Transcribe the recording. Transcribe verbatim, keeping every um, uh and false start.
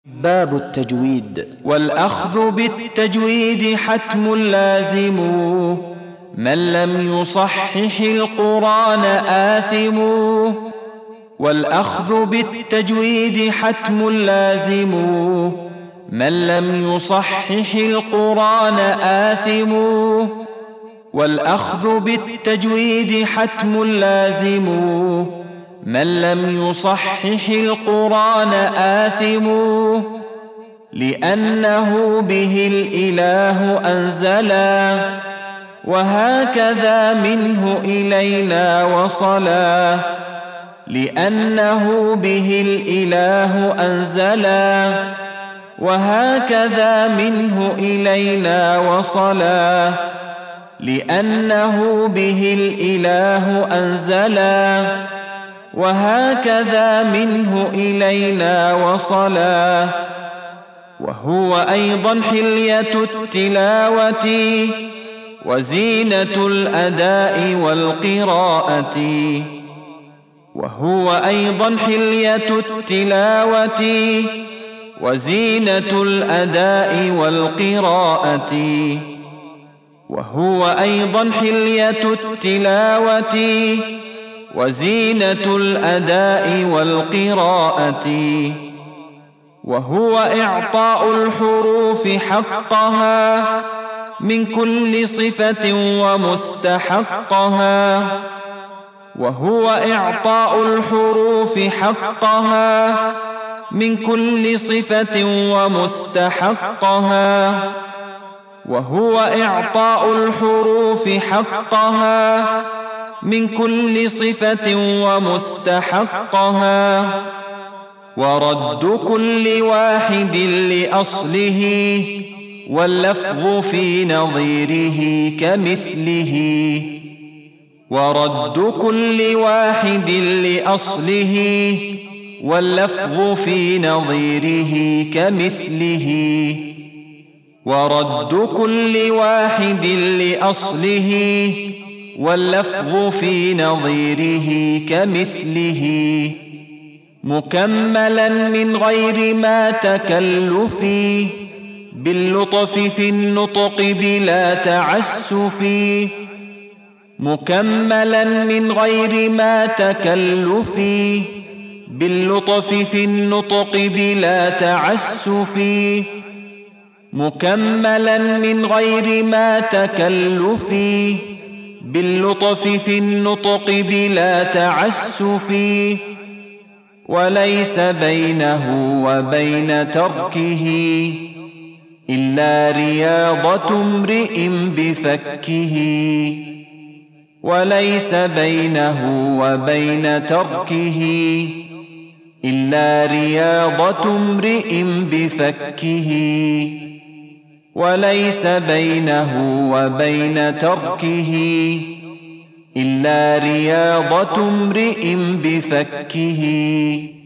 باب التجويد. والأخذ بالتجويد حتم لازم، من لم يصحح القرآن آثم. والأخذ بالتجويد حتم لازم، من لم يصحح القرآن آثم. والأخذ بالتجويد حتم لازم، من لم يصحح القرآن آثم. لأنه به الإله أنزلا، وهكذا منه إلينا وصلا. لأنه به الإله أنزلا، وهكذا منه إلينا وصلا. لأنه به الإله أنزلا، وهكذا منه إلينا وصلا. وهو أيضا حلية التلاوة، وزينة الأداء والقراءة. وهو أيضا حلية التلاوة، وزينة الأداء والقراءة. وهو أيضا حلية التلاوة، وزينة الأداء والقراءة. وهو إعطاء الحروف حقها من كل صفة ومستحقها. وهو إعطاء الحروف حقها من كل صفة ومستحقها. وهو إعطاء الحروف حقها من كل صفة ومستحقها. ورد كل واحد لأصله، واللفظ في نظيره كمثله. ورد كل واحد لأصله، واللفظ في نظيره كمثله. ورد كل واحد لأصله، واللفظ في نظيره كمثله. مكملا من غير ما تكلف، باللطف في النطق بلا تعسف. مكملا من غير ما تكلف، باللطف في النطق بلا تعسف. مكملا من غير ما تكلف، باللطف في النطق بلا تعسف. وليس بينه وبين تركه إلا رياضة امرئ بفكه. وليس بينه وبين تركه إلا رياضة امرئ بفكه. وليس بينه وبين تركه إلا رياضة امرئ بفكه.